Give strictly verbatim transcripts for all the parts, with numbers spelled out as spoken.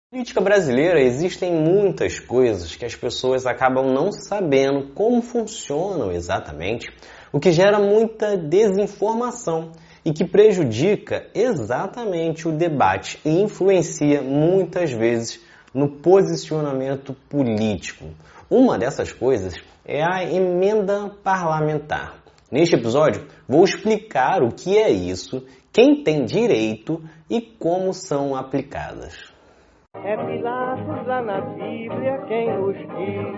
Na política brasileira existem muitas coisas que as pessoas acabam não sabendo como funcionam exatamente, o que gera muita desinformação e que prejudica exatamente o debate e influencia muitas vezes no posicionamento político. Uma dessas coisas é a emenda parlamentar. Neste episódio, vou explicar o que é isso, quem tem direito e como são aplicadas. É Pilatos lá na Bíblia quem nos diz,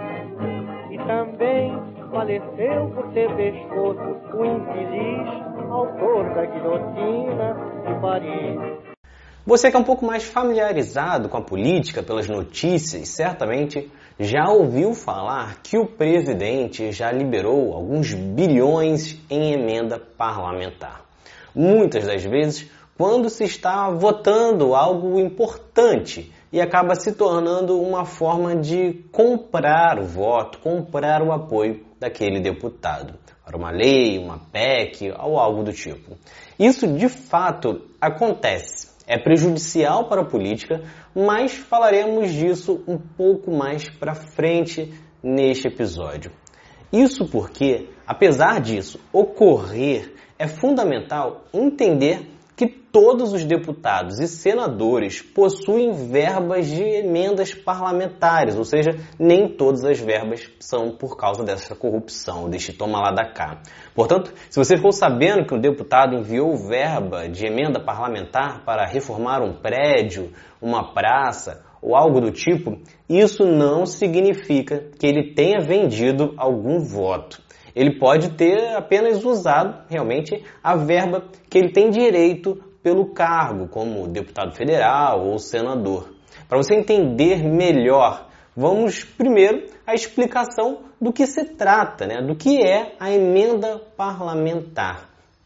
e também faleceu por ter pescoço o infeliz autor da guilhotina de Paris. Você que é um pouco mais familiarizado com a política pelas notícias, certamente já ouviu falar que o presidente já liberou alguns bilhões em emenda parlamentar. Muitas das vezes, quando se está votando algo importante e acaba se tornando uma forma de comprar o voto, comprar o apoio daquele deputado para uma lei, uma P E C ou algo do tipo. Isso de fato acontece, é prejudicial para a política, mas falaremos disso um pouco mais para frente neste episódio. Isso porque, apesar disso ocorrer, é fundamental entender que todos os deputados e senadores possuem verbas de emendas parlamentares, ou seja, nem todas as verbas são por causa dessa corrupção, deste toma lá da cá. Portanto, se você ficou sabendo que um deputado enviou verba de emenda parlamentar para reformar um prédio, uma praça ou algo do tipo, isso não significa que ele tenha vendido algum voto. Ele pode ter apenas usado realmente a verba que ele tem direito pelo cargo, como deputado federal ou senador. Para você entender melhor, vamos primeiro à explicação do que se trata, né? Do que é a emenda parlamentar.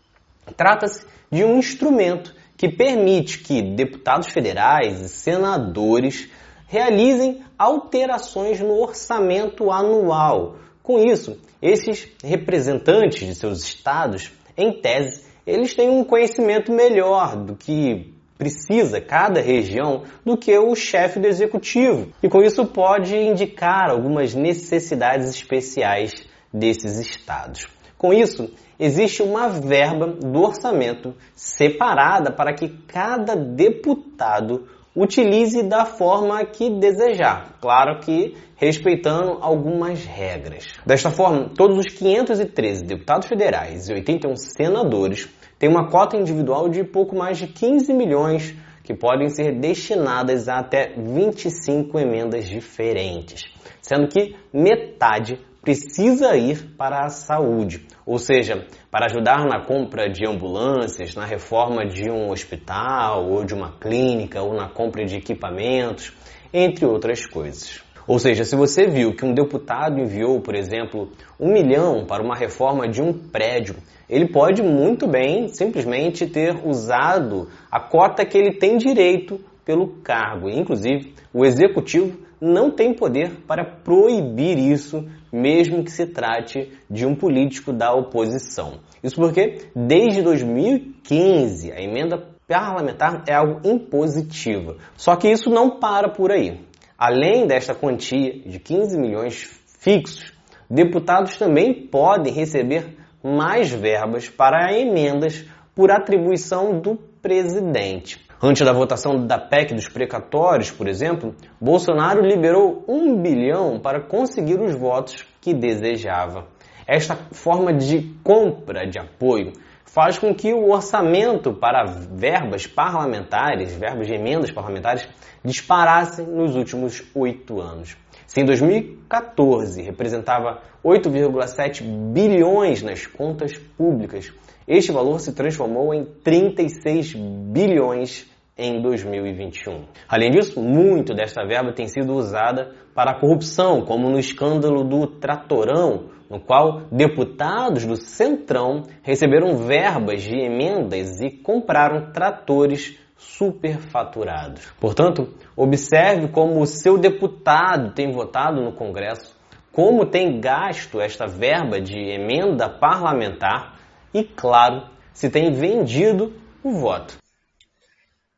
Trata-se de um instrumento que permite que deputados federais e senadores realizem alterações no orçamento anual. Com isso, esses representantes de seus estados, em tese, eles têm um conhecimento melhor do que precisa cada região do que o chefe do executivo. E com isso pode indicar algumas necessidades especiais desses estados. Com isso, existe uma verba do orçamento separada para que cada deputado utilize da forma que desejar. Claro que respeitando algumas regras. Desta forma, todos os quinhentos e treze deputados federais e oitenta e um senadores têm uma cota individual de pouco mais de quinze milhões que podem ser destinadas a até vinte e cinco emendas diferentes, sendo que metade precisa ir para a saúde, ou seja, para ajudar na compra de ambulâncias, na reforma de um hospital ou de uma clínica ou na compra de equipamentos, entre outras coisas. Ou seja, se você viu que um deputado enviou, por exemplo, um milhão para uma reforma de um prédio, ele pode muito bem simplesmente ter usado a cota que ele tem direito pelo cargo. Inclusive, o executivo não tem poder para proibir isso, mesmo que se trate de um político da oposição. Isso porque, desde dois mil e quinze, a emenda parlamentar é algo impositiva. Só que isso não para por aí. Além desta quantia de quinze milhões fixos, deputados também podem receber mais verbas para emendas por atribuição do presidente. Antes da votação da P E C dos precatórios, por exemplo, Bolsonaro liberou um bilhão para conseguir os votos que desejava. Esta forma de compra de apoio faz com que o orçamento para verbas parlamentares, verbas de emendas parlamentares, disparasse nos últimos oito anos. Se em dois mil e quatorze representava oito vírgula sete bilhões nas contas públicas, este valor se transformou em trinta e seis bilhões em dois mil e vinte e um. Além disso, muito desta verba tem sido usada para a corrupção, como no escândalo do Tratorão, no qual deputados do Centrão receberam verbas de emendas e compraram tratores superfaturados. Portanto, observe como o seu deputado tem votado no Congresso, como tem gasto esta verba de emenda parlamentar e, claro, se tem vendido o voto.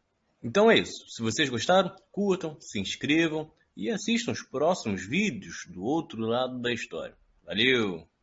Então é isso. Se vocês gostaram, curtam, se inscrevam e assistam os próximos vídeos do outro lado da história. Valeu!